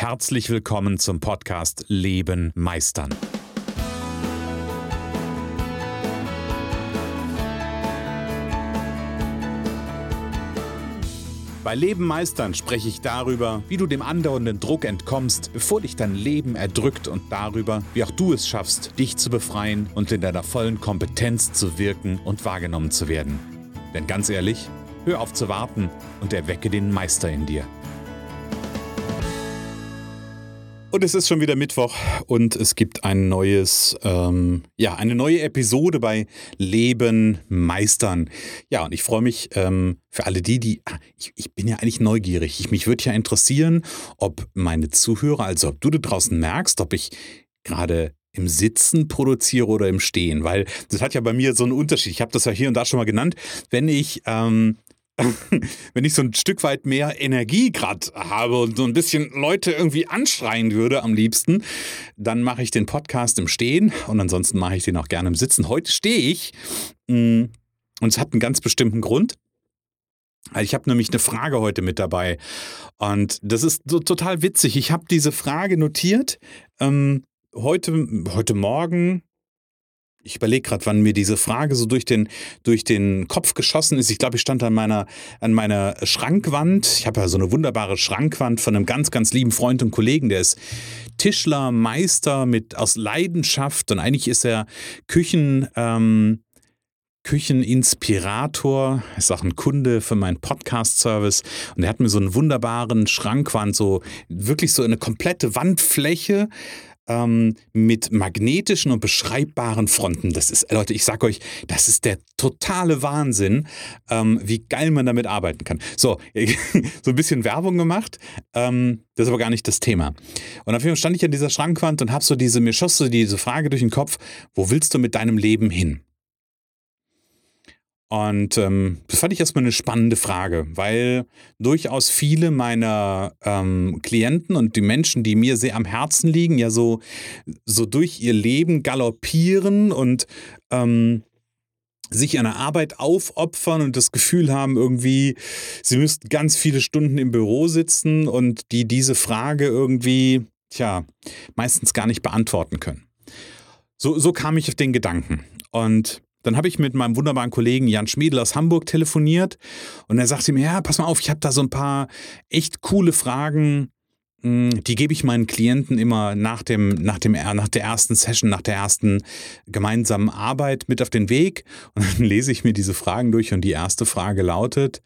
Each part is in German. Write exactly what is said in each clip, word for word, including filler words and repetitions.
herzlich willkommen zum Podcast Leben meistern. Bei Leben meistern spreche ich darüber, wie du dem andauernden Druck entkommst, bevor dich dein Leben erdrückt, und darüber, wie auch du es schaffst, dich zu befreien und in deiner vollen Kompetenz zu wirken und wahrgenommen zu werden. Denn ganz ehrlich, hör auf zu warten und erwecke den Meister in dir. Und es ist schon wieder Mittwoch und es gibt ein neues, ähm, ja, eine neue Episode bei Leben meistern. Ja, und ich freue mich ähm, für alle die, die, ah, ich, ich bin ja eigentlich neugierig. Ich, mich würde ja interessieren, ob meine Zuhörer, also ob du da draußen merkst, ob ich gerade im Sitzen produziere oder im Stehen, weil das hat ja bei mir so einen Unterschied. Ich habe das ja hier und da schon mal genannt. Wenn ich ähm, Wenn ich so ein Stück weit mehr Energie gerade habe und so ein bisschen Leute irgendwie anschreien würde am liebsten, dann mache ich den Podcast im Stehen und ansonsten mache ich den auch gerne im Sitzen. Heute stehe ich und es hat einen ganz bestimmten Grund. Ich habe nämlich eine Frage heute mit dabei und das ist so total witzig. Ich habe diese Frage notiert ähm, heute, heute Morgen. Ich überlege gerade, wann mir diese Frage so durch den, durch den Kopf geschossen ist. Ich glaube, ich stand an meiner, an meiner Schrankwand. Ich habe ja so eine wunderbare Schrankwand von einem ganz, ganz lieben Freund und Kollegen. Der ist Tischler, Meister mit, aus Leidenschaft. Und eigentlich ist er Küchen, ähm, Kücheninspirator. Ist auch ein Kunde für meinen Podcast-Service. Und er hat mir so einen wunderbaren Schrankwand, so wirklich so eine komplette Wandfläche, Ähm, mit magnetischen und beschreibbaren Fronten. Das ist, Leute, ich sag euch, das ist der totale Wahnsinn, ähm, wie geil man damit arbeiten kann. So, so ein bisschen Werbung gemacht, ähm, das ist aber gar nicht das Thema. Und auf jeden Fall stand ich an dieser Schrankwand und hab so diese, mir schoss so diese Frage durch den Kopf, wo willst du mit deinem Leben hin? Und ähm, das fand ich erstmal eine spannende Frage, weil durchaus viele meiner ähm, Klienten und die Menschen, die mir sehr am Herzen liegen, ja so, so durch ihr Leben galoppieren und ähm, sich einer Arbeit aufopfern und das Gefühl haben, irgendwie, sie müssten ganz viele Stunden im Büro sitzen und die diese Frage irgendwie, tja, meistens gar nicht beantworten können. So, so kam ich auf den Gedanken. Und dann habe ich mit meinem wunderbaren Kollegen Jan Schmiedl aus Hamburg telefoniert und er sagte mir, ja, pass mal auf, ich habe da so ein paar echt coole Fragen, die gebe ich meinen Klienten immer nach, dem, nach, dem, nach der ersten Session, nach der ersten gemeinsamen Arbeit mit auf den Weg. Und dann lese ich mir diese Fragen durch und die erste Frage lautet,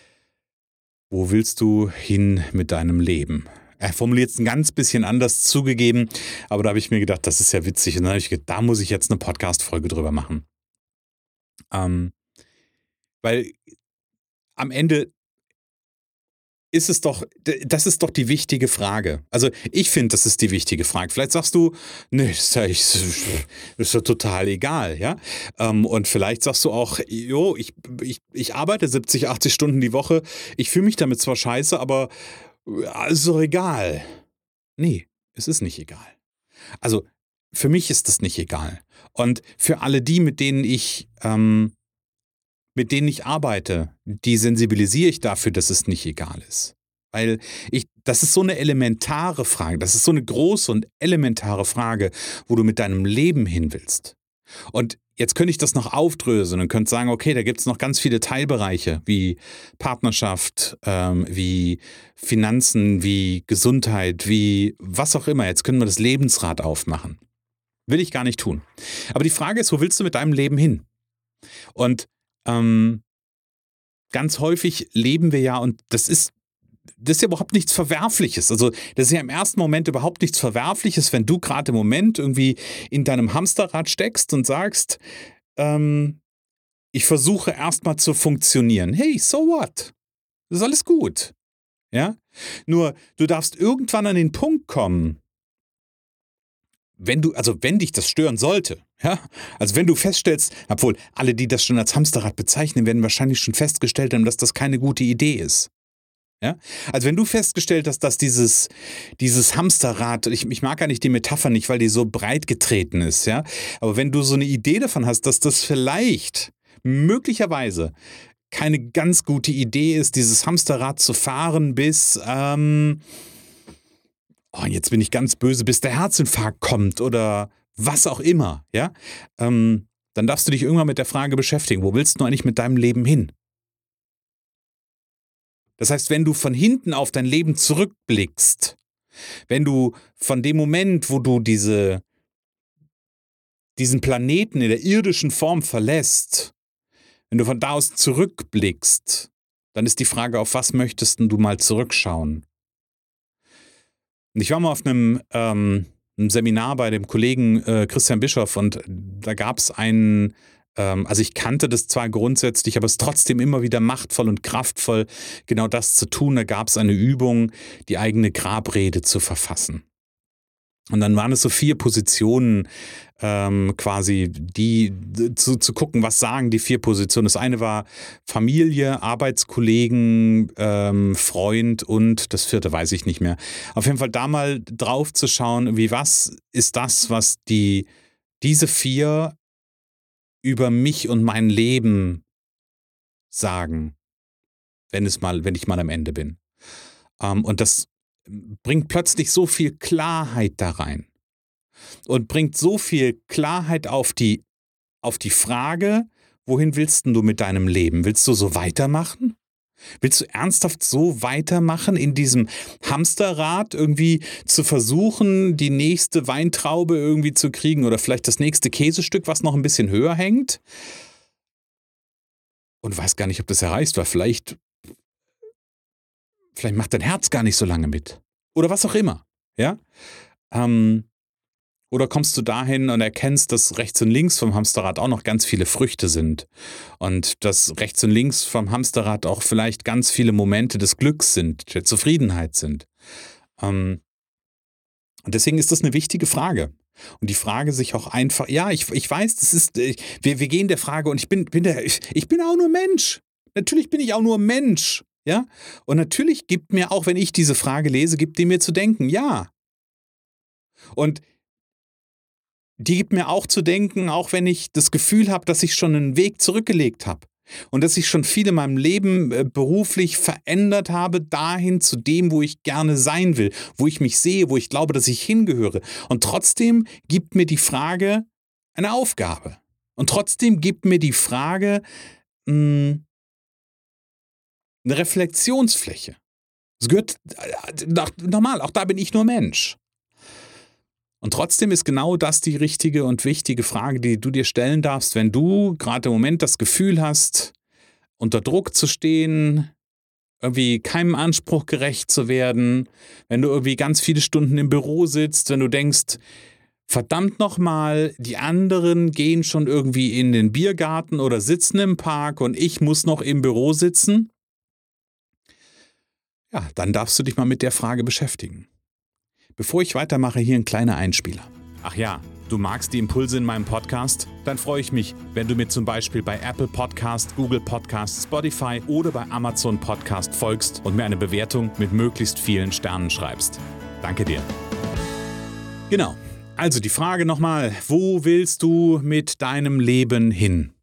wo willst du hin mit deinem Leben? Er formuliert es ein ganz bisschen anders, zugegeben, aber da habe ich mir gedacht, das ist ja witzig. Und dann habe ich gedacht, da muss ich jetzt eine Podcast-Folge drüber machen. Ähm, weil am Ende ist es doch, das ist doch die wichtige Frage. Also ich finde, das ist die wichtige Frage. Vielleicht sagst du, nee, das ist ja, ich, das ist ja total egal, ja. Ähm, und vielleicht sagst du auch, jo, ich, ich, ich arbeite siebzig, achtzig Stunden die Woche, ich fühle mich damit zwar scheiße, aber ist doch egal. Nee, es ist nicht egal. Also für mich ist das nicht egal. Und für alle die, mit denen ich, ähm, mit denen ich arbeite, die sensibilisiere ich dafür, dass es nicht egal ist. Weil ich, das ist so eine elementare Frage, das ist so eine große und elementare Frage, wo du mit deinem Leben hin willst. Und jetzt könnte ich das noch aufdröseln und könnte sagen, okay, da gibt es noch ganz viele Teilbereiche, wie Partnerschaft, ähm, wie Finanzen, wie Gesundheit, wie was auch immer. Jetzt können wir das Lebensrad aufmachen. Will ich gar nicht tun. Aber die Frage ist, wo willst du mit deinem Leben hin? Und ähm, ganz häufig leben wir ja, und das ist, das ist ja überhaupt nichts Verwerfliches. Also das ist ja im ersten Moment überhaupt nichts Verwerfliches, wenn du gerade im Moment irgendwie in deinem Hamsterrad steckst und sagst, ähm, ich versuche erstmal zu funktionieren. Hey, so what? Das ist alles gut. Ja? Nur, du darfst irgendwann an den Punkt kommen, wenn du, also wenn dich das stören sollte, ja, also wenn du feststellst, obwohl alle, die das schon als Hamsterrad bezeichnen, werden wahrscheinlich schon festgestellt haben, dass das keine gute Idee ist. Ja? Also wenn du festgestellt hast, dass dieses, dieses Hamsterrad, ich, ich mag gar nicht die Metapher nicht, weil die so breit getreten ist, ja, aber wenn du so eine Idee davon hast, dass das vielleicht möglicherweise keine ganz gute Idee ist, dieses Hamsterrad zu fahren bis, ähm, oh, oh, jetzt bin ich ganz böse, bis der Herzinfarkt kommt oder was auch immer, ja, ähm, dann darfst du dich irgendwann mit der Frage beschäftigen, wo willst du eigentlich mit deinem Leben hin? Das heißt, wenn du von hinten auf dein Leben zurückblickst, wenn du von dem Moment, wo du diese, diesen Planeten in der irdischen Form verlässt, wenn du von da aus zurückblickst, dann ist die Frage, auf was möchtest du mal zurückschauen? Und ich war mal auf einem, ähm, einem Seminar bei dem Kollegen äh, Christian Bischoff und da gab es einen, ähm, also ich kannte das zwar grundsätzlich, aber es ist trotzdem immer wieder machtvoll und kraftvoll, genau das zu tun. Da gab es eine Übung, die eigene Grabrede zu verfassen. Und dann waren es so vier Positionen ähm, quasi, die zu, zu gucken, was sagen die vier Positionen. Das eine war Familie, Arbeitskollegen, ähm, Freund und das vierte weiß ich nicht mehr. Auf jeden Fall da mal drauf zu schauen, wie was ist das, was die diese vier über mich und mein Leben sagen, wenn es mal, wenn ich mal am Ende bin. Ähm, und das bringt plötzlich so viel Klarheit da rein. Und bringt so viel Klarheit auf die, auf die Frage, wohin willst denn du mit deinem Leben? Willst du so weitermachen? Willst du ernsthaft so weitermachen, in diesem Hamsterrad irgendwie zu versuchen, die nächste Weintraube irgendwie zu kriegen oder vielleicht das nächste Käsestück, was noch ein bisschen höher hängt? Und weiß gar nicht, ob das erreichst, weil vielleicht, vielleicht macht dein Herz gar nicht so lange mit. Oder was auch immer. Ja? Ähm, Oder kommst du dahin und erkennst, dass rechts und links vom Hamsterrad auch noch ganz viele Früchte sind und dass rechts und links vom Hamsterrad auch vielleicht ganz viele Momente des Glücks sind, der Zufriedenheit sind. Ähm, und deswegen ist das eine wichtige Frage. Und die Frage sich auch einfach, ja, ich, ich weiß, das ist, äh, wir, wir gehen der Frage und ich bin, bin der, ich, ich bin auch nur Mensch. Natürlich bin ich auch nur Mensch. Ja? Und natürlich gibt mir auch, wenn ich diese Frage lese, gibt die mir zu denken, ja. Und die gibt mir auch zu denken, auch wenn ich das Gefühl habe, dass ich schon einen Weg zurückgelegt habe und dass ich schon viel in meinem Leben äh, beruflich verändert habe, dahin zu dem, wo ich gerne sein will, wo ich mich sehe, wo ich glaube, dass ich hingehöre. Und trotzdem gibt mir die Frage eine Aufgabe. Und trotzdem gibt mir die Frage mh, eine Reflexionsfläche. Es gehört äh, normal, auch da bin ich nur Mensch. Und trotzdem ist genau das die richtige und wichtige Frage, die du dir stellen darfst, wenn du gerade im Moment das Gefühl hast, unter Druck zu stehen, irgendwie keinem Anspruch gerecht zu werden, wenn du irgendwie ganz viele Stunden im Büro sitzt, wenn du denkst, verdammt nochmal, die anderen gehen schon irgendwie in den Biergarten oder sitzen im Park und ich muss noch im Büro sitzen. Ja, dann darfst du dich mal mit der Frage beschäftigen. Bevor ich weitermache, hier ein kleiner Einspieler. Ach ja, du magst die Impulse in meinem Podcast? Dann freue ich mich, wenn du mir zum Beispiel bei Apple Podcast, Google Podcast, Spotify oder bei Amazon Podcast folgst und mir eine Bewertung mit möglichst vielen Sternen schreibst. Danke dir. Genau, also die Frage nochmal, wo willst du mit deinem Leben hin?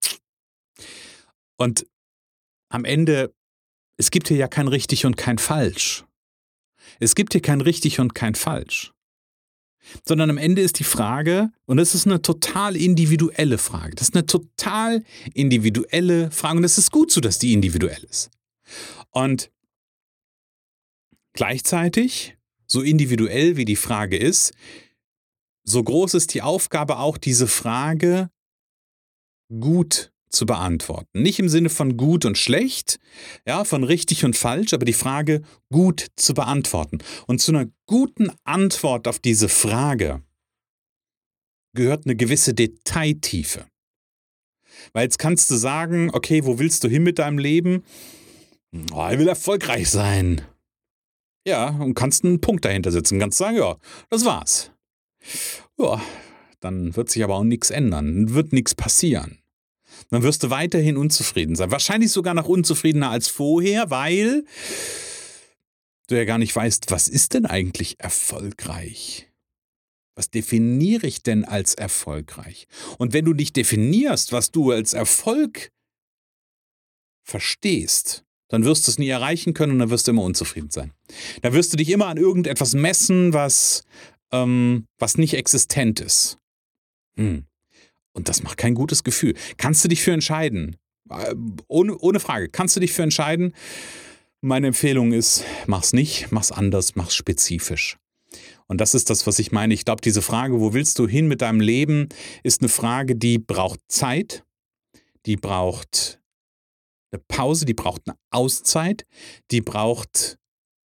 Und am Ende, es gibt hier ja kein richtig und kein falsch. Es gibt hier kein richtig und kein falsch. Sondern am Ende ist die Frage, und das ist eine total individuelle Frage, das ist eine total individuelle Frage und es ist gut so, dass die individuell ist. Und gleichzeitig, so individuell wie die Frage ist, so groß ist die Aufgabe auch, diese Frage gut zu beantworten. Nicht im Sinne von gut und schlecht, ja, von richtig und falsch, aber die Frage gut zu beantworten. Und zu einer guten Antwort auf diese Frage gehört eine gewisse Detailtiefe. Weil jetzt kannst du sagen, okay, wo willst du hin mit deinem Leben? Oh, ich will erfolgreich sein. Ja, und kannst einen Punkt dahinter setzen. Kannst sagen, ja, das war's. Ja, dann wird sich aber auch nichts ändern, wird nichts passieren. Dann wirst du weiterhin unzufrieden sein. Wahrscheinlich sogar noch unzufriedener als vorher, weil du ja gar nicht weißt, was ist denn eigentlich erfolgreich? Was definiere ich denn als erfolgreich? Und wenn du nicht definierst, was du als Erfolg verstehst, Dann wirst du es nie erreichen können und dann wirst du immer unzufrieden sein. Dann wirst du dich immer an irgendetwas messen, was, ähm, was nicht existent ist. Hm. Und das macht kein gutes Gefühl. Kannst du dich für entscheiden? Äh, ohne, ohne Frage. Kannst du dich für entscheiden? Meine Empfehlung ist, mach's nicht, mach's anders, mach's spezifisch. Und das ist das, was ich meine. Ich glaube, diese Frage, wo willst du hin mit deinem Leben, ist eine Frage, die braucht Zeit, die braucht eine Pause, die braucht eine Auszeit, die braucht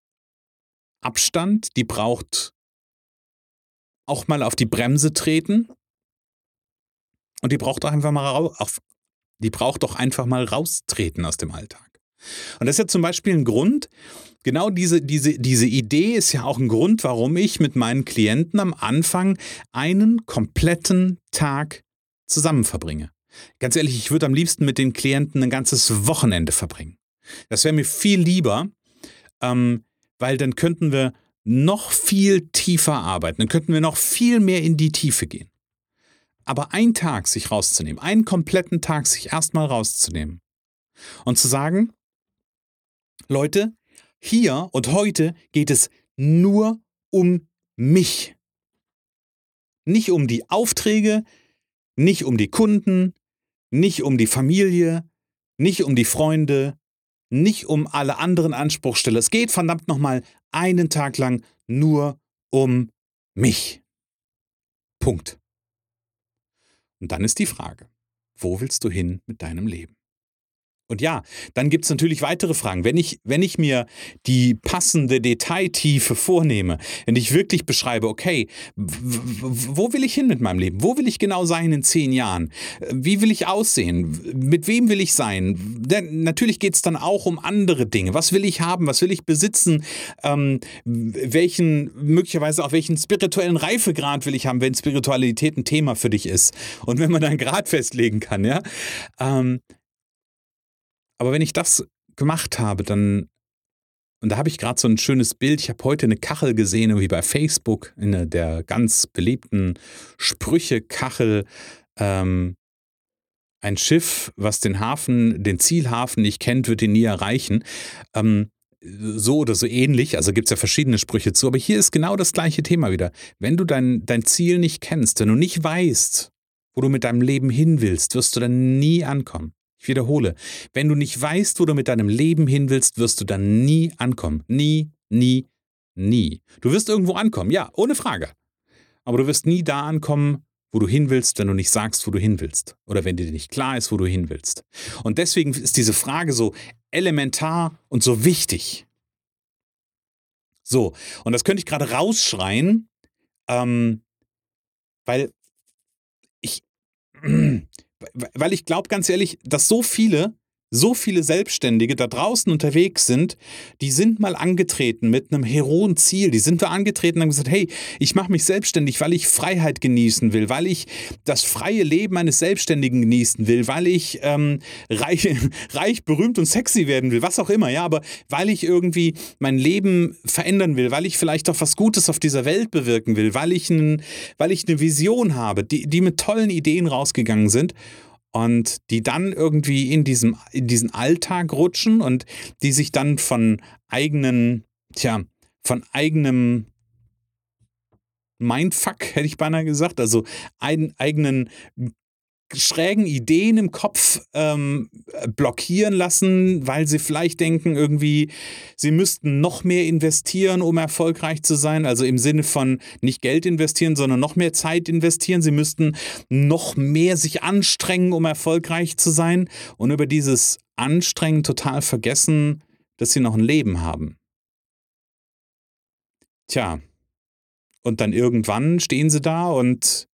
Abstand, die braucht auch mal auf die Bremse treten und die braucht auch einfach mal rau auf die braucht doch einfach mal raustreten aus dem Alltag. Und das ist ja zum Beispiel ein Grund, genau diese, diese, diese Idee ist ja auch ein Grund, warum ich mit meinen Klienten am Anfang einen kompletten Tag zusammen verbringe. Ganz ehrlich, ich würde am liebsten mit den Klienten ein ganzes Wochenende verbringen. Das wäre mir viel lieber, ähm, weil dann könnten wir noch viel tiefer arbeiten, dann könnten wir noch viel mehr in die Tiefe gehen. Aber einen Tag sich rauszunehmen, einen kompletten Tag sich erstmal rauszunehmen und zu sagen, Leute, hier und heute geht es nur um mich. Nicht um die Aufträge, nicht um die Kunden, nicht um die Familie, nicht um die Freunde, nicht um alle anderen Anspruchsteller. Es geht verdammt nochmal einen Tag lang nur um mich. Punkt. Und dann ist die Frage, wo willst du hin mit deinem Leben? Und ja, dann gibt es natürlich weitere Fragen. Wenn ich, wenn ich mir die passende Detailtiefe vornehme, wenn ich wirklich beschreibe, okay, wo will ich hin mit meinem Leben? Wo will ich genau sein in zehn Jahren? Wie will ich aussehen? Mit wem will ich sein? Denn natürlich geht es dann auch um andere Dinge. Was will ich haben? Was will ich besitzen? Ähm, welchen, möglicherweise auch welchen spirituellen Reifegrad will ich haben, wenn Spiritualität ein Thema für dich ist? Und wenn man dann einen Grad festlegen kann, ja? Ähm, Aber wenn ich das gemacht habe, dann, und da habe ich gerade so ein schönes Bild, ich habe heute eine Kachel gesehen, irgendwie bei Facebook, in der ganz beliebten Sprüche-Kachel, ähm, ein Schiff, was den Hafen, den Zielhafen nicht kennt, wird ihn nie erreichen. Ähm, so oder so ähnlich, also gibt es ja verschiedene Sprüche zu, aber hier ist genau das gleiche Thema wieder. Wenn du dein, dein Ziel nicht kennst, wenn du nicht weißt, wo du mit deinem Leben hin willst, wirst du dann nie ankommen. Ich wiederhole, wenn du nicht weißt, wo du mit deinem Leben hin willst, wirst du dann nie ankommen. Nie, nie, nie. Du wirst irgendwo ankommen, ja, ohne Frage. Aber du wirst nie da ankommen, wo du hin willst, wenn du nicht sagst, wo du hin willst. Oder wenn dir nicht klar ist, wo du hin willst. Und deswegen ist diese Frage so elementar und so wichtig. So, und das könnte ich gerade rausschreien, ähm, weil ich... Weil ich glaube ganz ehrlich, dass so viele, so viele Selbstständige da draußen unterwegs sind, die sind mal angetreten mit einem heroen Ziel. Die sind da angetreten und haben gesagt, hey, ich mache mich selbstständig, weil ich Freiheit genießen will, weil ich das freie Leben eines Selbstständigen genießen will, weil ich ähm, reich, reich, berühmt und sexy werden will, was auch immer, ja, aber weil ich irgendwie mein Leben verändern will, weil ich vielleicht auch was Gutes auf dieser Welt bewirken will, weil ich, ein, weil ich eine Vision habe, die, die mit tollen Ideen rausgegangen sind. Und die dann irgendwie in, diesem, in diesen Alltag rutschen und die sich dann von eigenen, tja, von eigenem Mindfuck, hätte ich beinahe gesagt, also einen eigenen schrägen Ideen im Kopf ähm, blockieren lassen, weil sie vielleicht denken, irgendwie, sie müssten noch mehr investieren, um erfolgreich zu sein. Also im Sinne von nicht Geld investieren, sondern noch mehr Zeit investieren. Sie müssten noch mehr sich anstrengen, um erfolgreich zu sein. Und über dieses Anstrengen total vergessen, dass sie noch ein Leben haben. Tja, und dann irgendwann stehen sie da und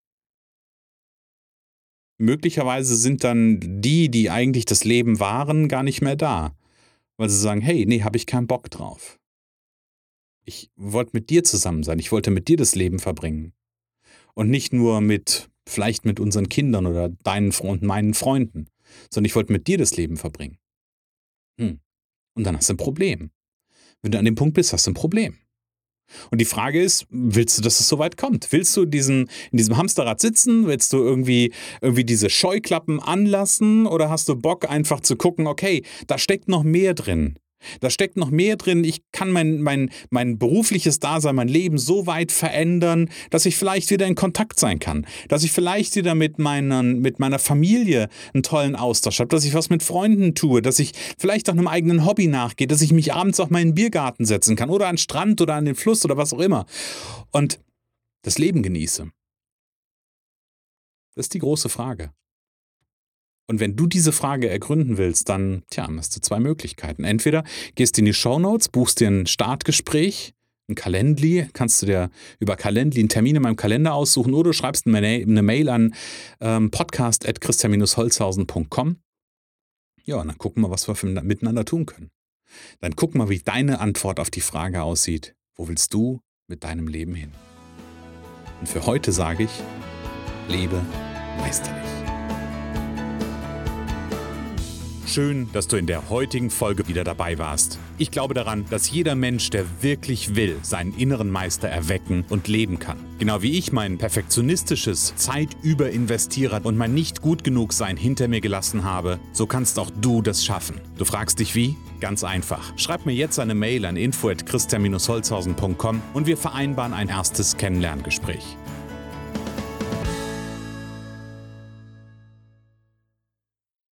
möglicherweise sind dann die, die eigentlich das Leben waren, gar nicht mehr da. Weil sie sagen, hey, nee, habe ich keinen Bock drauf. Ich wollte mit dir zusammen sein. Ich wollte mit dir das Leben verbringen. Und nicht nur mit, vielleicht mit unseren Kindern oder deinen und meinen Freunden, sondern ich wollte mit dir das Leben verbringen. Hm. Und dann hast du ein Problem. Wenn du an dem Punkt bist, hast du ein Problem. Und die Frage ist, willst du, dass es so weit kommt? Willst du diesen, in diesem Hamsterrad sitzen? Willst du irgendwie, irgendwie diese Scheuklappen anlassen? Oder hast du Bock einfach zu gucken, okay, da steckt noch mehr drin. Da steckt noch mehr drin. Ich kann mein, mein, mein berufliches Dasein, mein Leben so weit verändern, dass ich vielleicht wieder in Kontakt sein kann. Dass ich vielleicht wieder mit, meinen, mit meiner Familie einen tollen Austausch habe. Dass ich was mit Freunden tue. Dass ich vielleicht auch einem eigenen Hobby nachgehe. Dass ich mich abends auch mal in den Biergarten setzen kann. Oder an den Strand oder an den Fluss oder was auch immer. Und das Leben genieße. Das ist die große Frage. Und wenn du diese Frage ergründen willst, dann, tja, hast du zwei Möglichkeiten. Entweder gehst du in die Shownotes, buchst dir ein Startgespräch, ein Calendly, kannst du dir über Calendly einen Termin in meinem Kalender aussuchen oder du schreibst eine Mail an ähm, podcast at christian holzhausen punkt com. Ja, und dann gucken wir, was wir miteinander tun können. Dann gucken wir, wie deine Antwort auf die Frage aussieht. Wo willst du mit deinem Leben hin? Und für heute sage ich, lebe meisterlich. Schön, dass du in der heutigen Folge wieder dabei warst. Ich glaube daran, dass jeder Mensch, der wirklich will, seinen inneren Meister erwecken und leben kann. Genau wie ich mein perfektionistisches Zeitüberinvestierer und mein Nicht-Gut-Genug-Sein hinter mir gelassen habe, so kannst auch du das schaffen. Du fragst dich wie? Ganz einfach. Schreib mir jetzt eine Mail an info at christian holzhausen punkt com und wir vereinbaren ein erstes Kennenlerngespräch.